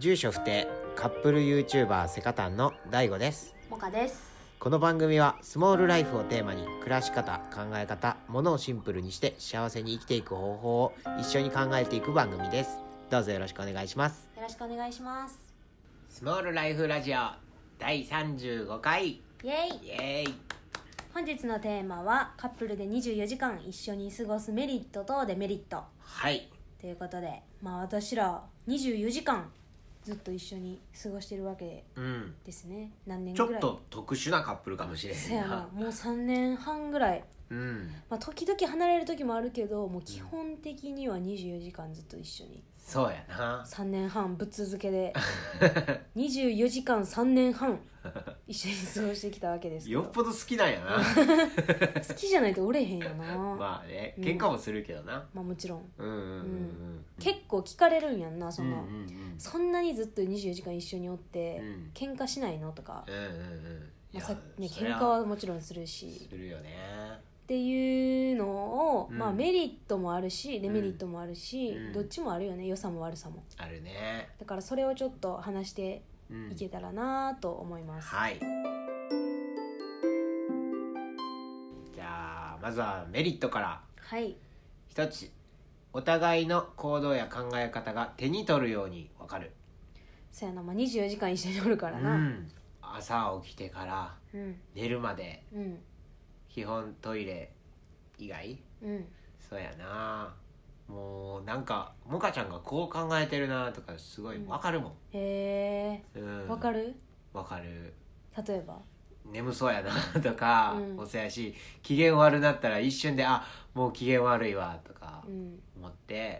住所不定カップル YouTuber セカタンの大悟です。 モカです。 この番組はスモールライフをテーマに暮らし方、考え方、物をシンプルにして幸せに生きていく方法を一緒に考えていく番組です。どうぞよろしくお願いします。 よろしくお願いします。 スモールライフラジオ第35回イエイ。 イエーイ。 本日のテーマはカップルで24時間一緒に過ごすメリットとデメリットはいということで、私ら24時間ずっと一緒に過ごしてるわけですね。何年ちょぐらい。 っと特殊なカップルかもしれへんな。 そやな、もう3年半ぐらい、時々離れる時もあるけど、もう基本的には24時間ずっと一緒に、 そうやな。 3年半ぶっ続けで24時間3年半一緒に過ごしてきたわけですけどよっぽど好きなんやな好きじゃないとおれへんよなまあね、喧嘩もするけどな、 もちろん、 結結構聞かれるんやんな、そんなにずっと24時間一緒におって、喧嘩しないのとか、喧嘩はもちろんするしするよねっていうのを、メリットもあるしデメリットもあるし、どっちもあるよね、良さも悪さもあるね。 だからそれをちょっと話していけたらなと思います、 はい。じゃあまずはメリットからはい。 一つ。お互いの行動や考え方が手に取るように分かる。 そうやな、24時間一緒におるからな、 朝起きてから寝るまで、基本トイレ以外、そうやな。もうなんかモカちゃんがこう考えてるなとかすごい分かるもん、 へえ、分かる？ 分かる。 例えば眠そうやなとか、もそうやし、機嫌悪なったら一瞬でもう機嫌悪いわとか思って、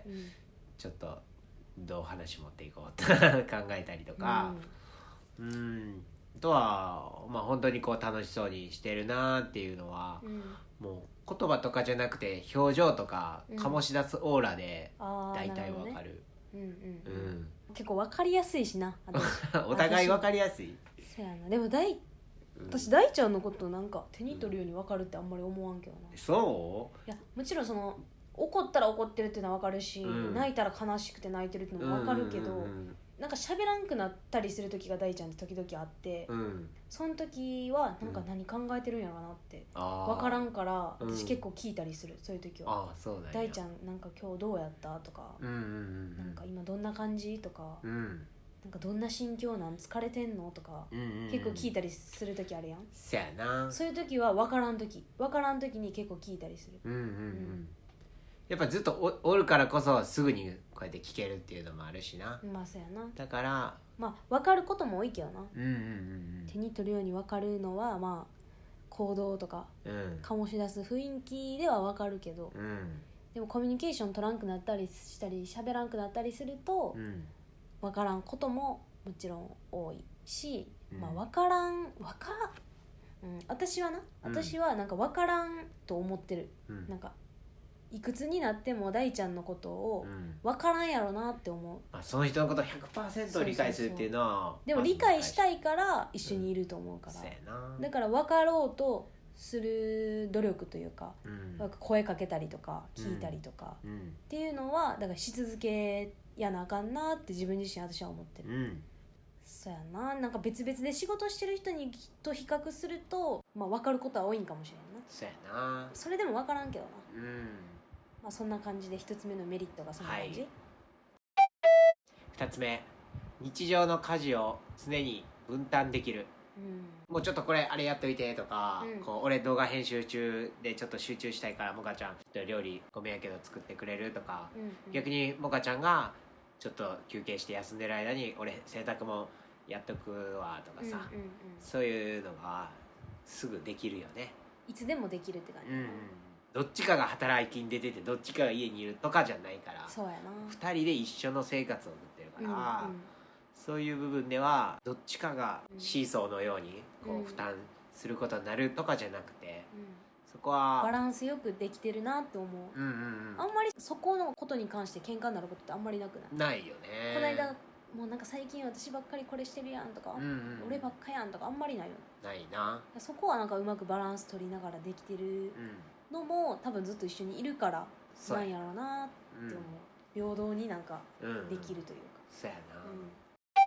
ちょっとどう話持っていこうと考えたりとか、あとは本当にこう楽しそうにしてるなっていうのは、もう言葉とかじゃなくて表情とか醸し出すオーラで大体わかる。 結構わかりやすいしなお互いわかりやすい。 そうやな。でも私大ちゃんのことなんか手に取るように分かるってあんまり思わんけどな。 そう？ いや、もちろんその怒ったら怒ってるっていうのは分かるし、泣いたら悲しくて泣いてるっていうのも分かるけど、なんか喋らんくなったりする時が大ちゃんって時々あって、その時はなんか何考えてるんやろうなって分からんから、私結構聞いたりする、そういう時は。 そうだね。 大ちゃんなんか今日どうやったとか、なんか今どんな感じとか、なんかどんな心境なん、疲れてんのとか、結構聞いたりする時あるやん。 そやな。 そういう時は分からん時に結構聞いたりする。 やっぱずっと おるからこそすぐにこうやって聞けるっていうのもあるしな。 そうやな。 だから分かることも多いけどな、手に取るように分かるのは行動とか、醸し出す雰囲気では分かるけど、でもコミュニケーション取らんくなったりしたり喋らんくなったりすると、分からんことももちろん多いし、分からん私はなんか分からんと思ってる、なんかいくつになっても大ちゃんのことを分からんやろなって思う、 その人のことを 100% 理解するっていうのはでも理解したいから一緒にいると思うから、だから分かろうとする努力というか、声かけたりとか聞いたりとか、っていうのはだからし続けやなあかんなって自分自身私は思ってる、そうやな。なんか別々で仕事してる人と比較すると、分かることは多いんかもしれんな。 そうやな。 それでも分からんけどな、そんな感じで一つ目のメリットがそんな感じ、 二つ目、日常の家事を常に分担できる、もうちょっとこれあれやっといてとか、こう俺動画編集中でちょっと集中したいからモカちゃんちょっと料理ごめんやけど作ってくれるとか、逆にモカちゃんがちょっと休憩して休んでる間に俺洗濯もやっとくわとかさ、そういうのがすぐできるよね。 いつでもできるって感じ、 どっちかが働きに出ててどっちかが家にいるとかじゃないから、 そうやな、 2人で一緒の生活を送ってるから、そういう部分ではどっちかがシーソーのようにこう負担することになるとかじゃなくて、そこはバランスよくできてるなって思う、あんまりそこのことに関して喧嘩になることってあんまりなくない？ ないよね。 この間もうなんか最近私ばっかりこれしてるやんとか、俺ばっかやんとかあんまりないよね。 ないな。 そこはなんかうまくバランス取りながらできてるのも、多分ずっと一緒にいるからなんやろうなって思う、平等になんかできるというか、 そうやな、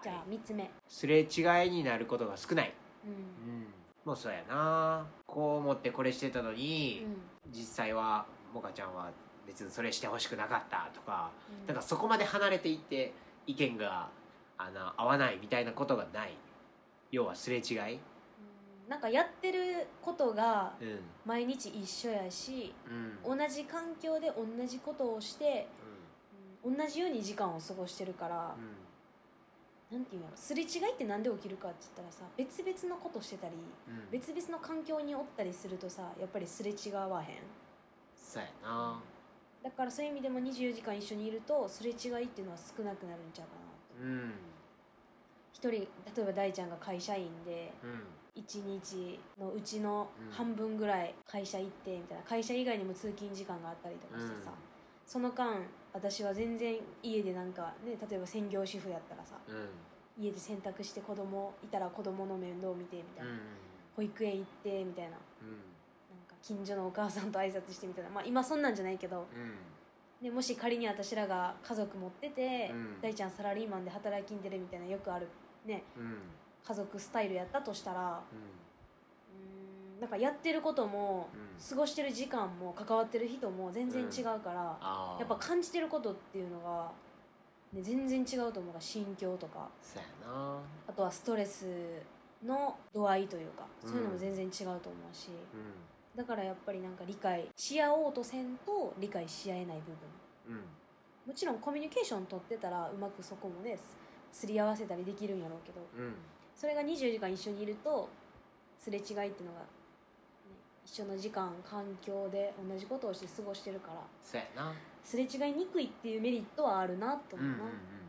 じゃあ3つ目、 すれ違いになることが少ない。もうそうやな。こう思ってこれしてたのに、実際はモカちゃんは別にそれしてほしくなかったとか、だからそこまで離れていって意見が合わないみたいなことがない。要はすれ違い、 なんかやってることが毎日一緒やし、同じ環境で同じことをして、同じように時間を過ごしてるから、なんていうんやろ、すれ違いってなんで起きるかって言ったらさ、別々のことしてたり、別々の環境におったりするとさ、やっぱりすれ違わへん。 そうやな。 だからそういう意味でも24時間一緒にいるとすれ違いっていうのは少なくなるんちゃうかなと。一人、例えば大ちゃんが会社員で、1日のうちの半分ぐらい会社行ってみたいな、会社以外にも通勤時間があったりとかしてさ、その間私は全然家でなんかね、例えば専業主婦やったらさ、家で洗濯して子供いたら子供の面倒見てみたいな、保育園行ってみたいな、なんか近所のお母さんと挨拶してみたいな、まあ今そんなんじゃないけど、でもし仮に私らが家族持ってて、大ちゃんサラリーマンで働きに出るみたいなよくあるね、家族スタイルやったとしたら、なんかやってることも、過ごしてる時間も関わってる人も全然違うから、やっぱ感じてることっていうのが、ね、全然違うと思うから、心境とか、 そうやな。 あとはストレスの度合いというか、そういうのも全然違うと思うし、だからやっぱりなんか理解し合おうとせんと理解し合えない部分、もちろんコミュニケーション取ってたらうまくそこもねすり合わせたりできるんやろうけど、それが24時間一緒にいるとすれ違いっていうのが、ね、一緒の時間環境で同じことをして過ごしてるから、 そうやな、 すれ違いにくいっていうメリットはあるなと思うな。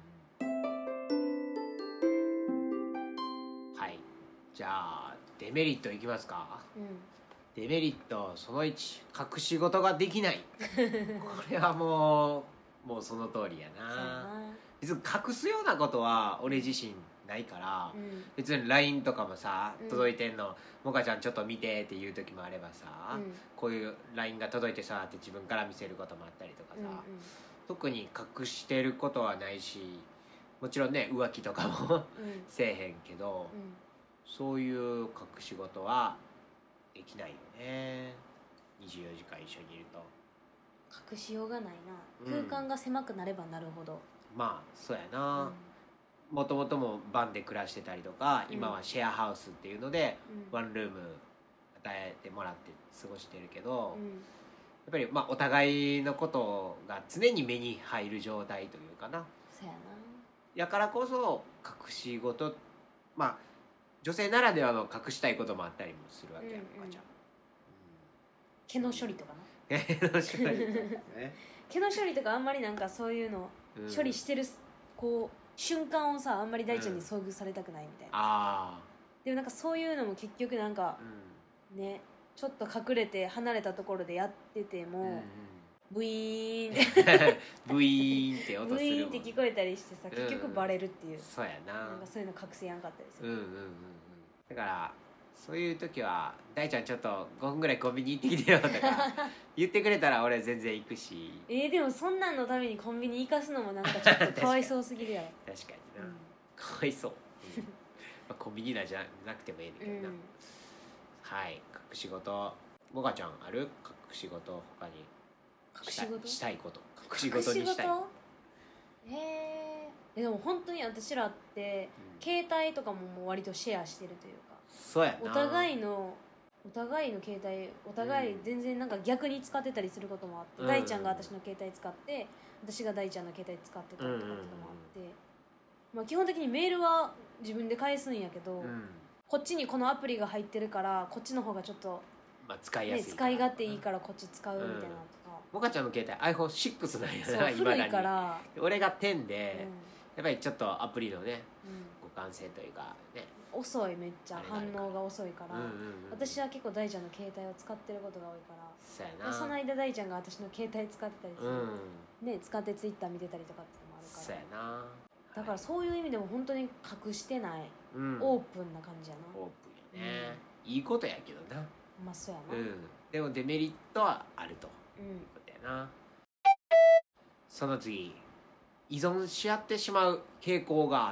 はい、じゃあデメリットいきますか。デメリットその1、隠し事ができない。これはもうその通りやな。別に隠すようなことは俺自身ないから、別に LINE とかもさ、届いてんの「もかちゃんちょっと見て」っていう時もあればさ、こういう LINE が届いてさって自分から見せることもあったりとかさ、特に隠してることはないし、もちろんね浮気とかもせえへんけど、そういう隠し事はできないよね。24時間一緒にいると隠しようがないな。空間が狭くなればなるほど、 まあそうやな。もともともバンで暮らしてたりとか、今はシェアハウスっていうので、ワンルーム与えてもらって過ごしてるけど、やっぱりまあお互いのことが常に目に入る状態というかな。 そうやな。 やからこそ隠し事、まあ女性ならではの隠したいこともあったりもするわけやんかちゃん。 毛の処理とかな。 毛の処理とかね。 毛の処理とかあんまりなんかそういうの処理してるこう瞬間をさ、あんまり大ちゃんに遭遇されたくないみたいな。でもなんかそういうのも結局なんか、ね、ちょっと隠れて離れたところでやってても、ブイーンってブイーンって音するもん、 ブイーンって聞こえたりしてさ、結局バレるっていう、 そうやな。 なんかそういうの隠せやんかったりする。 だからそういう時は「大ちゃんちょっと5分ぐらいコンビニ行ってきてよ」とか言ってくれたら俺全然行くし。 でもそんなんのためにコンビニ行かすのもなんかちょっとかわいそうすぎるやろ。 確かにな、かわいそう、まあ、コンビニなんじゃなくてもいいんだけどな。はい、隠し事、もかちゃんある？隠し事他にしたいこと、隠し事にしたい。 でも本当に私らって、携帯とかももう割とシェアしてるというか、 そうやな。 お互いの携帯お互い全然なんか逆に使ってたりすることもあって、大ちゃんが私の携帯使って私が大ちゃんの携帯使ってたりとかっていうのもあって、まあ基本的にメールは自分で返すんやけど、こっちにこのアプリが入ってるからこっちの方がちょっと、 使いやすい、 使い勝手いいからこっち使うみたいなのとか。 もかちゃんの携帯 iPhone6 なんやな。 古いから俺が10で、やっぱりちょっとアプリのね、互換性というかね、 遅い、めっちゃ反応が遅いから、私は結構大ちゃんの携帯を使ってることが多いから、 そうやな。 その間大ちゃんが私の携帯使ってたりする、ね、使ってツイッター見てたりとかっていうのもあるから、 そうやな。 だからそういう意味でも本当に隠してない、オープンな感じやな。 オープンやね、いいことやけどな。 まあそうやな、 でもデメリットはあるということやな。その次、依存し合ってしまう傾向がある。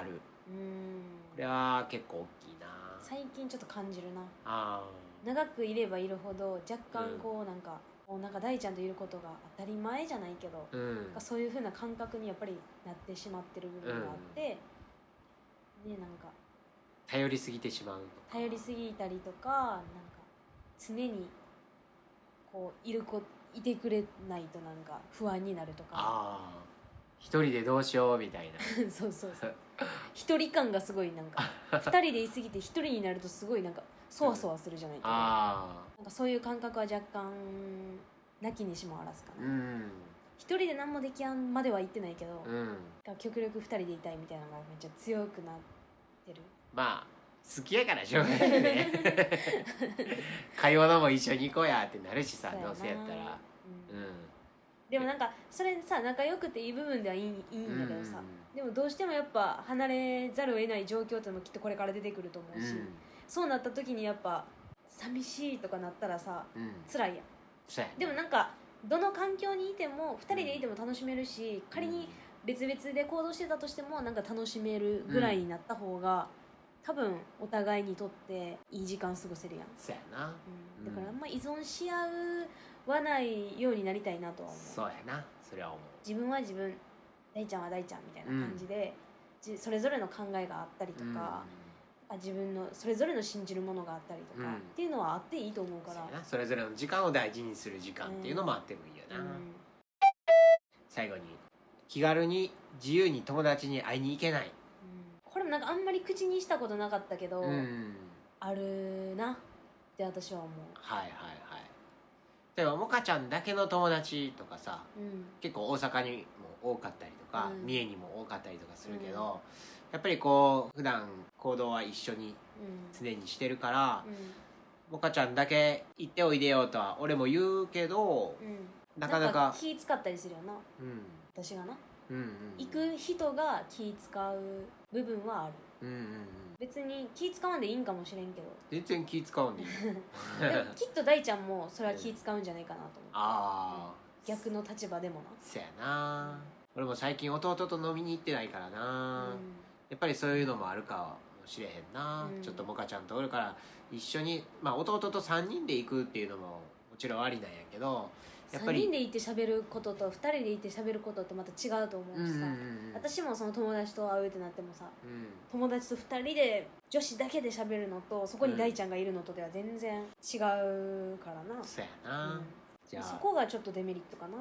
これは結構大きいな。 最近ちょっと感じるな。 あ長くいればいるほど若干こうなんか、もうなんか大ちゃんといることが当たり前じゃないけど、そういう風な感覚にやっぱりなってしまってる部分があって、ね、なんか頼りすぎてしまうとか、 頼りすぎたりとか、なんか常にこういてくれないとなんか不安になるとか、 一人でどうしようみたいなそう一人感がすごいなんか二人でいすぎて一人になるとすごいなんかそわそわするじゃないけど、なんかそういう感覚は若干なきにしもあらずかな。一人で何もできやんまでは言ってないけど、極力二人でいたいみたいなのがめっちゃ強くなってる。 まあ好きやからしょうがないね買い物も一緒に行こうやってなるしさ、どうせやったら。 でもなんかそれさ、仲良くていい部分ではいいんだけどさ、でもどうしてもやっぱ離れざるを得ない状況ってのもきっとこれから出てくると思うし、そうなった時にやっぱ寂しいとかなったらさ、辛いやん。でもなんかどの環境にいても2人でいても楽しめるし、仮に別々で行動してたとしてもなんか楽しめるぐらいになった方が、多分お互いにとっていい時間過ごせるやん。 そうやな、 だからあんま依存し合わないようになりたいなとは思う。 そうやな、それは思う。 自分は自分、大ちゃんは大ちゃんみたいな感じで、それぞれの考えがあったりとか、自分のそれぞれの信じるものがあったりとか、っていうのはあっていいと思うから、 それぞれの時間を大事にする時間っていうのもあってもいいよな。最後に、気軽に自由に友達に会いに行けない。 これもなんかあんまり口にしたことなかったけど、あるなって私は思う。 例えばモカちゃんだけの友達とかさ、結構大阪にも多かったりとか、三重にも多かったりとかするけど、やっぱりこう普段行動は一緒に常にしてるから、モカちゃんだけ行っておいでよとは俺も言うけど、なかなか気使ったりするよな、私がな、行く人が気使う部分はある。別に気使わんでいいんかもしれんけど、 全然気使わんでいいきっと大ちゃんもそれは気使うんじゃないかなと思って、逆の立場でもな。 そやな、俺も最近弟と飲みに行ってないからな、やっぱりそういうのもあるかもしれへんな、ちょっとモカちゃんとおるから一緒に、弟と3人で行くっていうのももちろんありなんやけど、やっぱり 3人で行って喋ることと2人で行って喋ることってまた違うと思うしさ、私もその友達と会うってなってもさ、友達と2人で女子だけで喋るのとそこに大ちゃんがいるのとでは全然違うからな。 そうやな、 じゃあそこがちょっとデメリットかな。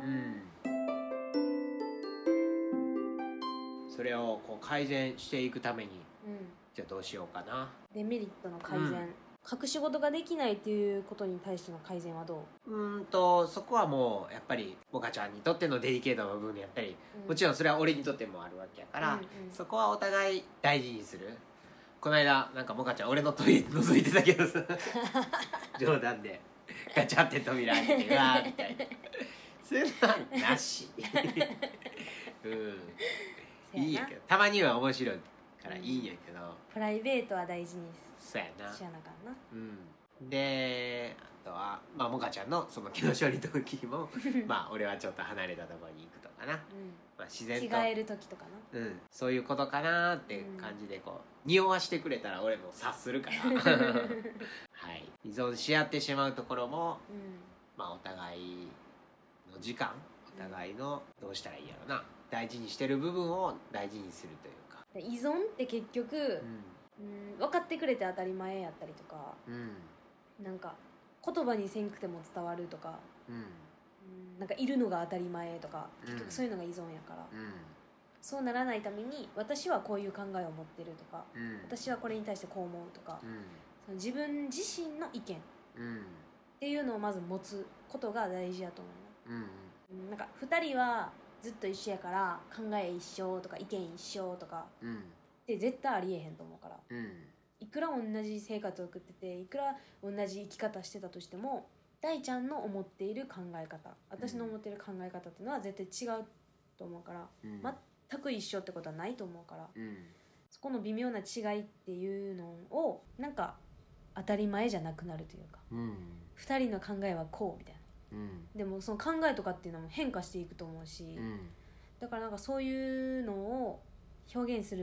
それをこう改善していくために、じゃあどうしようかな。 デメリットの改善、隠し事ができないっていうことに対しての改善はどう？ そこはもうやっぱりモカちゃんにとってのデリケートな部分でやったり、もちろんそれは俺にとってもあるわけやから、そこはお互い大事にする。この間なんかモカちゃん俺のトイレ覗いてたけどさ冗談でガチャって扉開けてうわーみたいなそういうのはなしいいやけど、たまには面白いからいいんやけど、 プライベートは大事にそうやな、 しやなあかんな。 であとはモカちゃんのその毛の処理の時も俺はちょっと離れたところに行くとかな、自然と着替える時とかな、 そういうことかなって感じでこう匂わしてくれたら俺も察するから依存し合ってしまうところも、お互いの時間、お互いのどうしたらいいやろな、大事にしてる部分を大事にするというか。 依存って結局、分かってくれて当たり前やったりとか、なんか言葉にせんくても伝わるとか、なんかいるのが当たり前とか、結局そういうのが依存やから、そうならないために私はこういう考えを持ってるとか、私はこれに対してこう思うとか、その自分自身の意見っていうのをまず持つことが大事やと思うな。なんか2人はずっと一緒やから考え一緒とか意見一緒とかって絶対ありえへんと思うから、いくら同じ生活を送ってていくら同じ生き方してたとしても、大ちゃんの思っている考え方、私の思っている考え方っていうのは絶対違うと思うから、全く一緒ってことはないと思うから、そこの微妙な違いっていうのをなんか当たり前じゃなくなるというか、2人の考えはこうみたいな、でもその考えとかっていうのも変化していくと思うし、だからなんかそういうのを表現する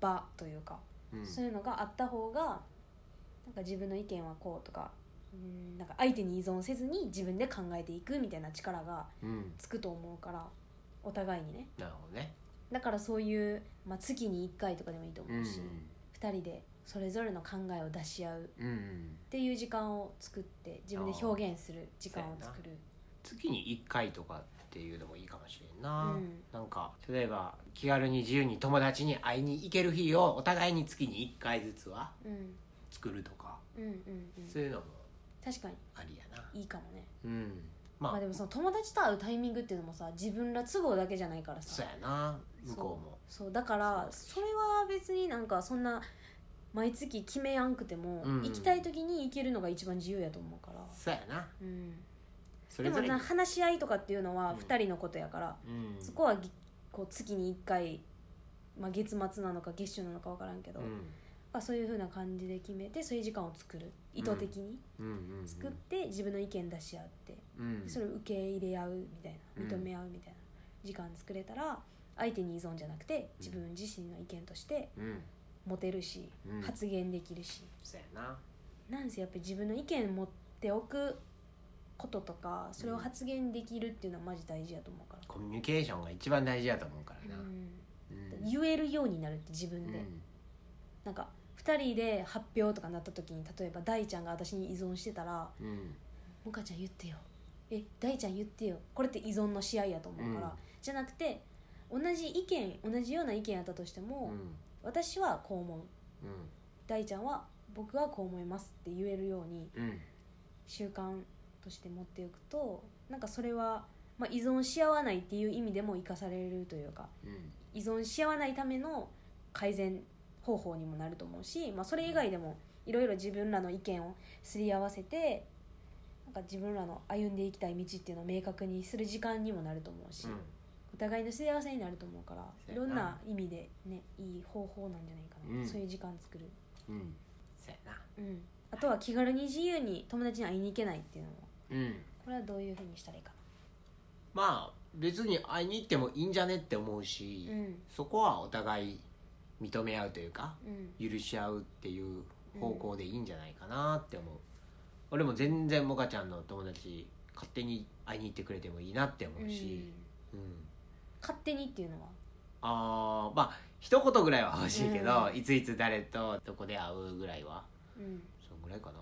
場というか、そういうのがあった方がなんか自分の意見はこうとか、なんか相手に依存せずに自分で考えていくみたいな力がつくと思うから、お互いにね。 なるほどね。 だからそういう、月に1回とかでもいいと思うし、2人でそれぞれの考えを出し合うっていう時間を作って自分で表現する時間を作る。 月に1回とかっていうのもいいかもしれんな、なんか例えば気軽に自由に友達に会いに行ける日をお互いに月に1回ずつは作るとか、そういうのも確かにありやな。 いいかもね。 まあでもその友達と会うタイミングっていうのもさ、自分ら都合だけじゃないからさ。 そうやな、向こうも。 そうだからそれは別になんかそんな毎月決めやんくても、行きたい時に行けるのが一番自由やと思うから。 そうやな。 でも話し合いとかっていうのは2人のことやから、そこはこう月に1回、月末なのか月初なのか分からんけど、そういう風な感じで決めて、そういう時間を作る、意図的に作って自分の意見出し合って、それを受け入れ合うみたいな、認め合うみたいな時間作れたら、相手に依存じゃなくて自分自身の意見として持てるし、発言できるし。 そうやな。 なんせやっぱり自分の意見持っておくこととか、それを発言できるっていうのはマジ大事やと思うから、 コミュニケーションが一番大事やと思うからな、 言えるようになるって自分で、なんか2人で発表とかなった時に、例えば大ちゃんが私に依存してたら「もかちゃん言ってよ」「大ちゃん言ってよ」これって依存の試合やと思うから、じゃなくて同じような意見やったとしても、私はこう思う、大ちゃんは僕はこう思いますって言えるように習慣として持っておくと、なんかそれは、依存し合わないっていう意味でも生かされるというか、依存し合わないための改善方法にもなると思うし、それ以外でもいろいろ自分らの意見をすり合わせて、なんか自分らの歩んでいきたい道っていうのを明確にする時間にもなると思うし、お互いのすり合わせになると思うから、いろんな意味でね、いい方法なんじゃないかな、そういう時間作る。 そうやな。 あとは気軽に自由に友達に会いに行けないっていうのも、これはどういうふうにしたらいいかな。別に会いに行ってもいいんじゃねって思うし、そこはお互い認め合うというか、許し合うっていう方向でいいんじゃないかなって思う。俺も全然もかちゃんの友達勝手に会いに行ってくれてもいいなって思うし、 勝手にっていうのは一言ぐらいは欲しいけど、いついつ誰とどこで会うぐらいは、そんぐらいかな。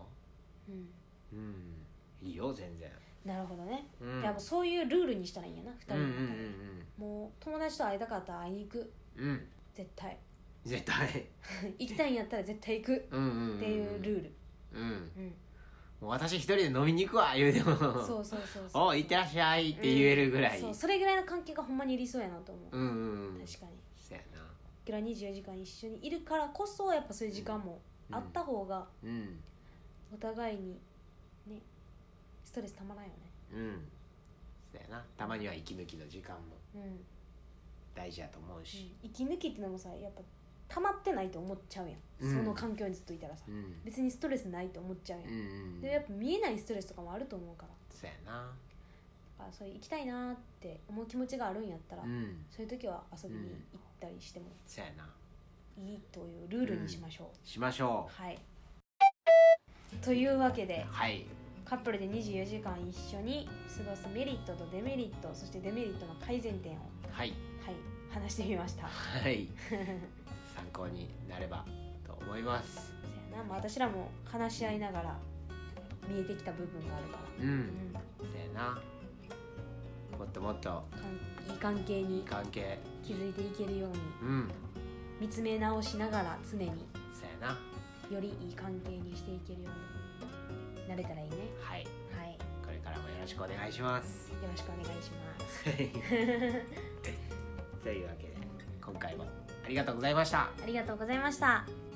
いいよ全然。 なるほどね。いやもうそういうルールにしたらいいんやな、2人の中で。もう友達と会いたかったら会いに行く、絶対行きたいんやったら絶対行くっていうルール。 もう私一人で飲みに行くわ言うてもそうおいってらっしゃいって言えるぐらい、 それぐらいの関係がほんまに理想やなと思う。確かにそうやな。 いくら24時間一緒にいるからこそ、やっぱそういう時間もあった方がお互いにね、ストレスたまらんよね。 そうやな。たまには息抜きの時間も大事やと思うし、 息抜きってのもさ、やっぱ溜まってないと思っちゃうやん、その環境にずっといたらさ、別にストレスないと思っちゃうやん、でやっぱ見えないストレスとかもあると思うから。 そうやな。 そういう行きたいなって思う気持ちがあるんやったら、そういう時は遊びに行ったりしてもそうやな、 いいというルールにしましょう。 しましょう。はい。というわけで、 はいカップルで24時間一緒に過ごすメリットとデメリット、そしてデメリットの改善点を話してみました。 参考になればと思います。 そうやな、私らも話し合いながら見えてきた部分があるから、 そうやな。もっともっといい関係に築いていけるように、見つめ直しながら常にそうやな、 よりいい関係にしていけるようになれたらいいね。 はい、これからもよろしくお願いします。 よろしくお願いします。 というわけで今回もありがとうございました。 ありがとうございました。